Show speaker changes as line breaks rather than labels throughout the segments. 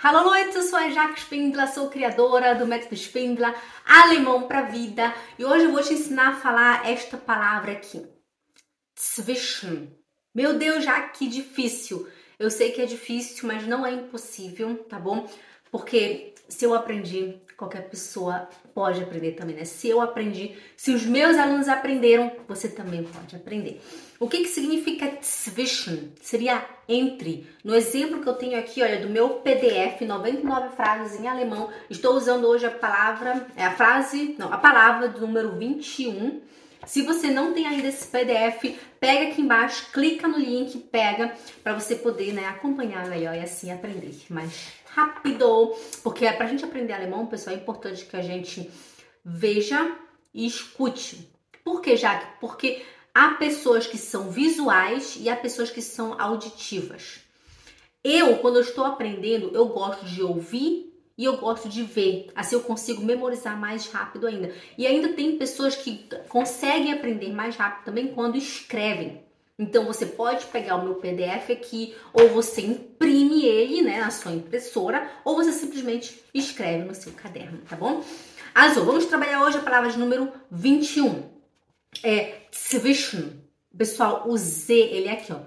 Hallo Leute, eu sou a Jaque Spindler, sou criadora do método Spindler, alemão para vida. E hoje eu vou te ensinar a falar esta palavra aqui, zwischen. Meu Deus, Jaque, que difícil. Eu sei que é difícil, mas não é impossível, tá bom? Porque se eu aprendi, qualquer pessoa pode aprender também, né? Se eu aprendi, se os meus alunos aprenderam, você também pode aprender. O que significa zwischen? Seria entre. No exemplo que eu tenho aqui, olha, do meu PDF, 99 frases em alemão, estou usando hoje a palavra do número 21. Se você não tem ainda esse PDF, pega aqui embaixo, clica no link, pega, para você poder, né, acompanhar melhor e assim aprender mais rápido. Porque pra gente aprender alemão, pessoal, é importante que a gente veja e escute. Por que, Jaque? Porque há pessoas que são visuais e há pessoas que são auditivas. Quando eu estou aprendendo, eu gosto de ouvir e eu gosto de ver. Assim eu consigo memorizar mais rápido ainda. E ainda tem pessoas que conseguem aprender mais rápido também quando escrevem. Então você pode pegar o meu PDF aqui, ou você imprime ele, né, na sua impressora, ou você simplesmente escreve no seu caderno, tá bom? Vamos trabalhar hoje a palavra de número 21. É zwischen. Pessoal, o Z, ele é aqui, ó.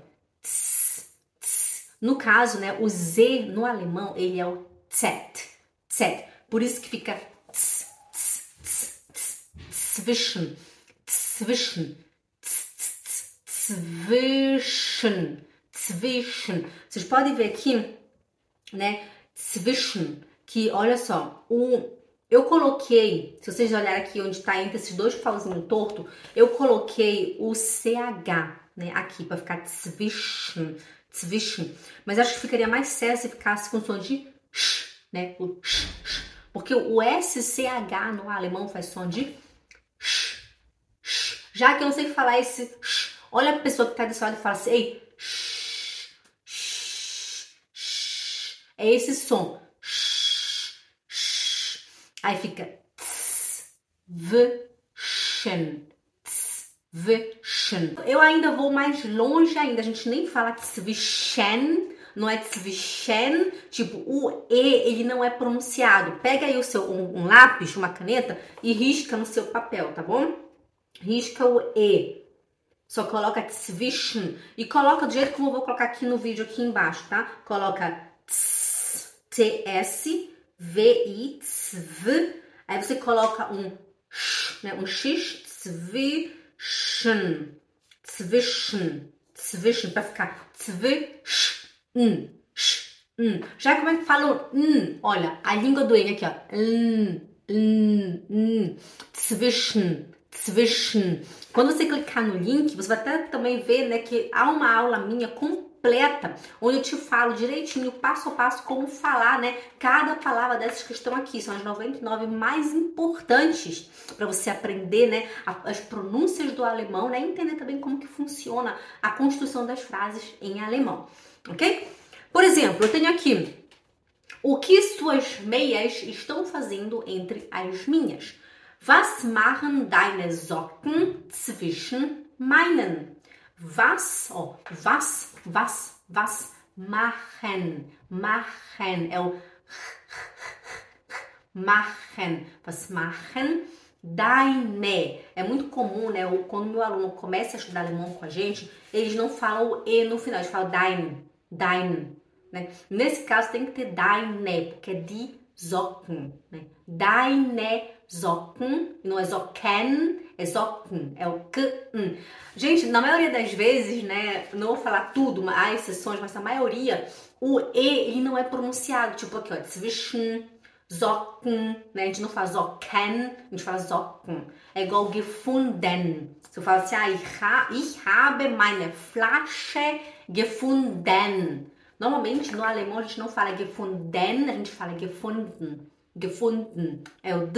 No caso, né, o Z no alemão, ele é o Z. Por isso que fica zwischen. Vocês podem ver aqui, né, zwischen, que olha só, eu coloquei, se vocês olharem aqui onde está entre esses dois pauzinhos tortos, eu coloquei o CH, né, aqui, para ficar zwischen. Mas acho que ficaria mais sério se ficasse com o som de sh, né, o sh. Porque o SCH no alemão faz som de sh. Já que eu não sei falar esse sh, olha a pessoa que está desse lado e fala assim, ei, é esse som. Aí fica zwischen. Eu ainda vou mais longe ainda, a gente nem fala zwischen, não é zwischen, tipo o E, ele não é pronunciado. Pega aí um lápis, uma caneta e risca no seu papel, tá bom? Risca o E, só coloca zwischen e coloca do jeito como eu vou colocar aqui no vídeo aqui embaixo, tá? Coloca TS, VI, zv, aí você coloca um X, né? Um X, zwischen, para ficar zwischen. Já como é que fala o olha, a língua do N aqui, ó. Zwischen. Quando você clicar no link, você vai até também ver, né, que há uma aula minha completa, onde eu te falo direitinho, passo a passo, como falar, né, cada palavra dessas que estão aqui. São as 99 mais importantes para você aprender, né, as pronúncias do alemão, né, e entender também como que funciona a construção das frases em alemão, ok? Por exemplo, eu tenho aqui, o que suas meias estão fazendo entre as minhas? Was machen deine Socken zwischen meinen? Was machen? Machen é o machen. Was machen deine? É muito comum, né? Quando meu aluno começa a estudar alemão com a gente, eles não falam o E no final, eles falam dein. Né? Nesse caso tem que ter deine, porque é die Socken. Né? Deine Socken, não é Socken, é Socken, é o K. Gente, na maioria das vezes, né, não vou falar tudo, há exceções, mas a maioria, o E, ele não é pronunciado, tipo aqui, ó, zwischen, Socken, né, a gente não fala Socken, a gente fala Socken, é igual gefunden. Se eu falo assim, ich habe meine Flasche gefunden. Normalmente, no alemão, a gente não fala gefunden, a gente fala gefunden. É o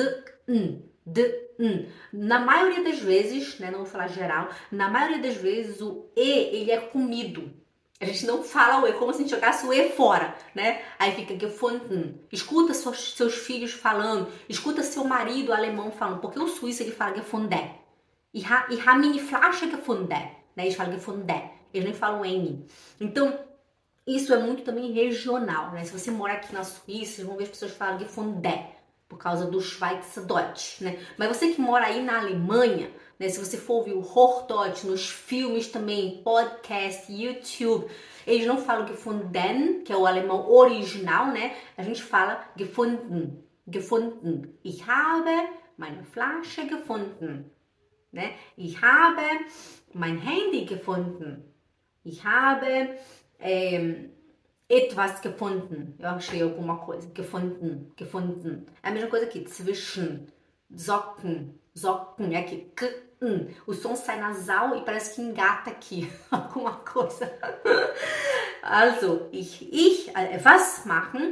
Na maioria das vezes, né, não vou falar geral, na maioria das vezes o E, ele é comido. A gente não fala o E, como se a gente jogasse o E fora, né? Aí fica gefunden. Escuta seus filhos falando, escuta seu marido alemão falando, porque o suíço, ele fala gefunden. Ich habe meine Flasche gefunden, né? Eles falam gefunden, eles nem falam N. Então, Isso é muito também regional, né? Se você mora aqui na Suíça, vocês vão ver as pessoas falam Gefunden, por causa do Schweizerdeutsch, né? Mas você que mora aí na Alemanha, né? Se você for ouvir o Hochdeutsch nos filmes também, podcast, YouTube, eles não falam Gefunden, que é o alemão original, né? A gente fala Gefunden, Gefunden. Ich habe meine Flasche gefunden, né? Ich habe mein Handy gefunden. Ich habe etwas gefunden. Eu achei alguma coisa. Gefunden, gefunden. É a mesma coisa aqui. Zwischen, Socken, Socken. É aqui. O som sai nasal e parece que engata aqui alguma coisa. Also, was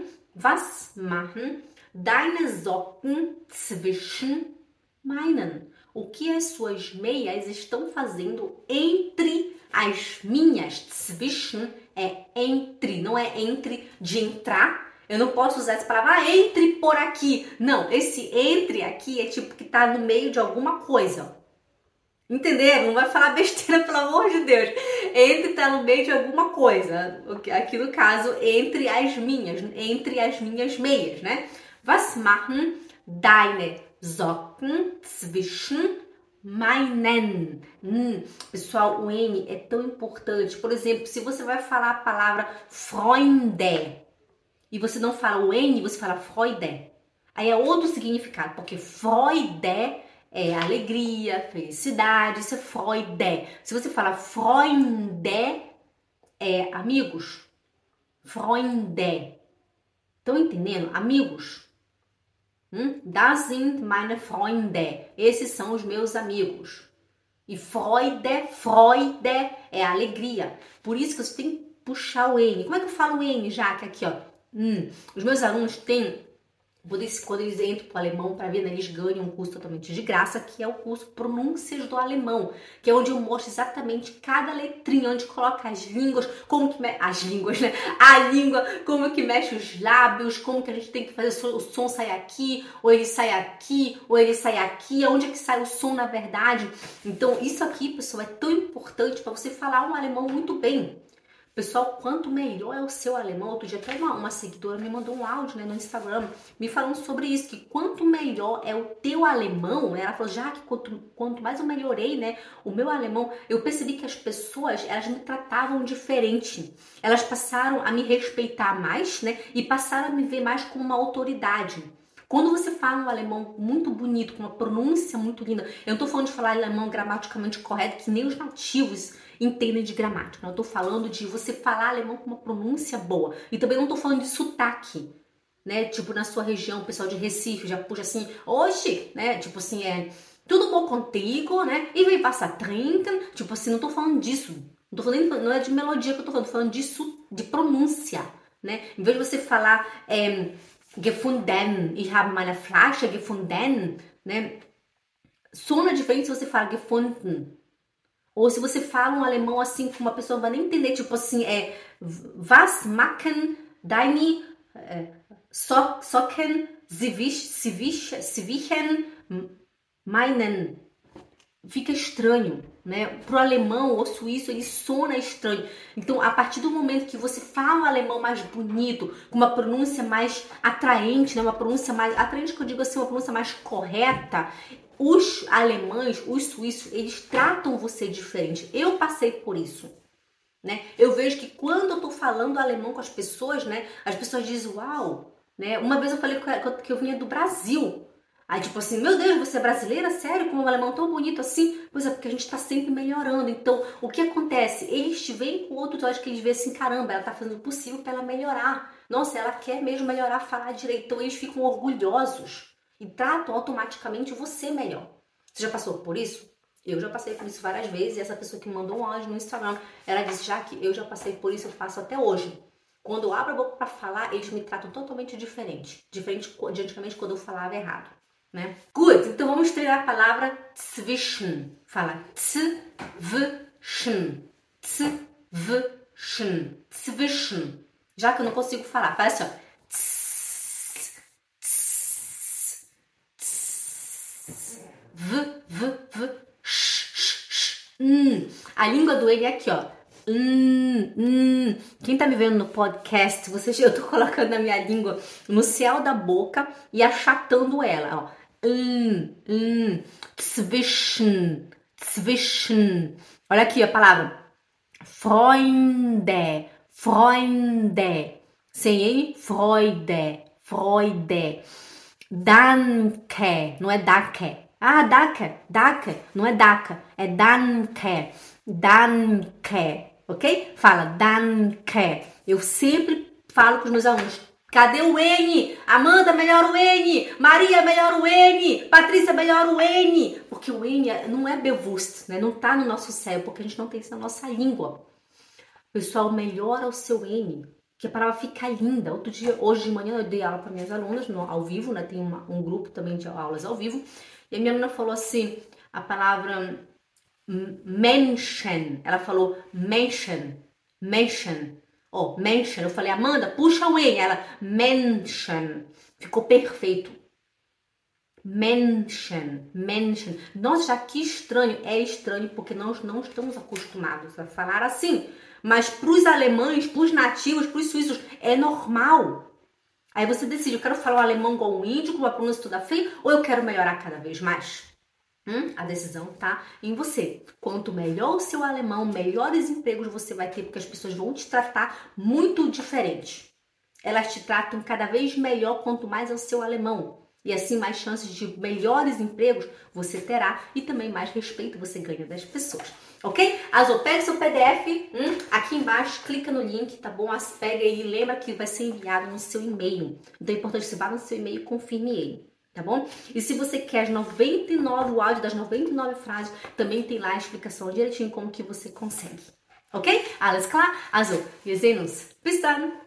machen deine Socken zwischen meinen? O que as suas meias estão fazendo entre as minhas? Zwischen é entre, não é entre de entrar. Eu não posso usar essa palavra, entre por aqui. Não, esse entre aqui é tipo que tá no meio de alguma coisa. Entenderam? Não vai falar besteira, pelo amor de Deus. Entre tá no meio de alguma coisa. Aqui no caso, entre as minhas meias, né? Was machen deine Socken zwischen meinen? Pessoal, o N é tão importante. Por exemplo, se você vai falar a palavra Freunde e você não fala o N, você fala Freude. Aí é outro significado, porque Freude é alegria, felicidade, isso é Freude. Se você fala Freunde, é amigos. Freunde. Estão entendendo? Amigos. Das sind meine Freunde. Esses são os meus amigos. E Freude, Freude é alegria. Por isso que você tem que puxar o N. Como é que eu falo o N, Jaque? Aqui, ó. Os meus alunos têm... Quando eles entram para o alemão para ver, né, eles ganham um curso totalmente de graça, que é o curso Pronúncias do Alemão, que é onde eu mostro exatamente cada letrinha, onde coloca as línguas, como que as línguas, né? A língua, como que mexe os lábios, como que a gente tem que fazer o som sair aqui, ou ele sai aqui, ou ele sai aqui, onde é que sai o som na verdade. Então isso aqui, pessoal, é tão importante para você falar um alemão muito bem. Pessoal, quanto melhor é o seu alemão, outro dia até uma seguidora me mandou um áudio, né, no Instagram, me falando sobre isso, que quanto melhor é o teu alemão, né, ela falou, já que quanto mais eu melhorei, né, o meu alemão, eu percebi que as pessoas, elas me tratavam diferente, elas passaram a me respeitar mais, né, e passaram a me ver mais como uma autoridade. Quando você fala um alemão muito bonito, com uma pronúncia muito linda, eu não tô falando de falar alemão gramaticalmente correto, que nem os nativos entendem de gramática. Eu tô falando de você falar alemão com uma pronúncia boa. E também não tô falando de sotaque, né? Tipo, na sua região, o pessoal de Recife já puxa assim, oxe, né? Tipo assim, tudo bom contigo, né? E vem passar trinken. Tipo assim, não tô falando disso. Não tô falando, não é de melodia que eu tô falando disso, de pronúncia, né? Em vez de você falar gefunden, ich habe meine Flasche gefunden, né? Sona diferente se você fala gefunden. Ou se você fala um alemão assim que uma pessoa vai nem entender, tipo assim, was machen deine Socken zwischen meinen? Fica estranho, né? Pro alemão ou suíço, ele sona estranho. Então, a partir do momento que você fala um alemão mais bonito, com uma pronúncia mais atraente, né? Uma pronúncia mais atraente, que eu digo assim, uma pronúncia mais correta, os alemães, os suíços, eles tratam você diferente. Eu passei por isso, né? Eu vejo que quando eu tô falando alemão com as pessoas, né? As pessoas dizem, uau, né? Uma vez eu falei que eu vinha do Brasil. Aí, tipo assim, meu Deus, você é brasileira? Sério? Com um alemão tão bonito assim? Pois é, porque a gente tá sempre melhorando. Então, o que acontece? Eles te veem com outros olhos que eles veem assim, caramba, ela tá fazendo o possível pra ela melhorar. Nossa, ela quer mesmo melhorar, falar direito. Então, eles ficam orgulhosos e tratam automaticamente você melhor. Você já passou por isso? Eu já passei por isso várias vezes. E essa pessoa que me mandou um áudio no Instagram, ela disse, já que eu já passei por isso, eu faço até hoje. Quando eu abro a boca pra falar, eles me tratam totalmente diferente. Diferente de antigamente quando eu falava errado. Né? Gut, então vamos treinar a palavra zwischen. Fala zwischen. Zwischen. Zwischen. Já que eu não consigo falar, faz assim, ó. A língua do N é aqui, ó. Quem tá me vendo no podcast, eu tô colocando a minha língua no céu da boca e achatando ela, ó. Zwischen, zwischen. Olha aqui a palavra. Freunde, Freunde. Sem N, Freude, Freude. Danke, não é danke. Ah, danke, não é danke, é danke, danke, ok? Fala danke. Eu sempre falo com os meus alunos, cadê o N? Amanda, melhora o N. Maria, melhora o N. Patrícia, melhora o N. Porque o N não é bewusst, né? Não tá no nosso cérebro, porque a gente não tem isso na nossa língua. Pessoal, melhora o seu N, que a palavra fica linda. Outro dia, hoje de manhã, eu dei aula para minhas alunas ao vivo, né? Tem um grupo também de aulas ao vivo. E a minha aluna falou assim, a palavra Menschen. Ela falou Menschen, Menschen. Ó, Menschen. Eu falei, Amanda, puxa o N. Ela, Menschen. Ficou perfeito. Menschen, Menschen. Nossa, que estranho. É estranho porque nós não estamos acostumados a falar assim. Mas para os alemães, para os nativos, para os suíços, é normal. Aí você decide, eu quero falar o alemão igual um índio, com uma pronúncia toda feia, ou eu quero melhorar cada vez mais? A decisão tá em você. Quanto melhor o seu alemão, melhores empregos você vai ter, porque as pessoas vão te tratar muito diferente. Elas te tratam cada vez melhor quanto mais é o seu alemão. E assim mais chances de melhores empregos você terá e também mais respeito você ganha das pessoas. Ok? Also, pega seu PDF aqui embaixo, clica no link, tá bom? Pega aí e lembra que vai ser enviado no seu e-mail. Então é importante que você vá no seu e-mail e confirme ele, tá bom? E se você quer as 99, o áudio das 99 frases, também tem lá a explicação direitinho como que você consegue. Ok? Alles klar? Also, wir sehen uns. Bis dann!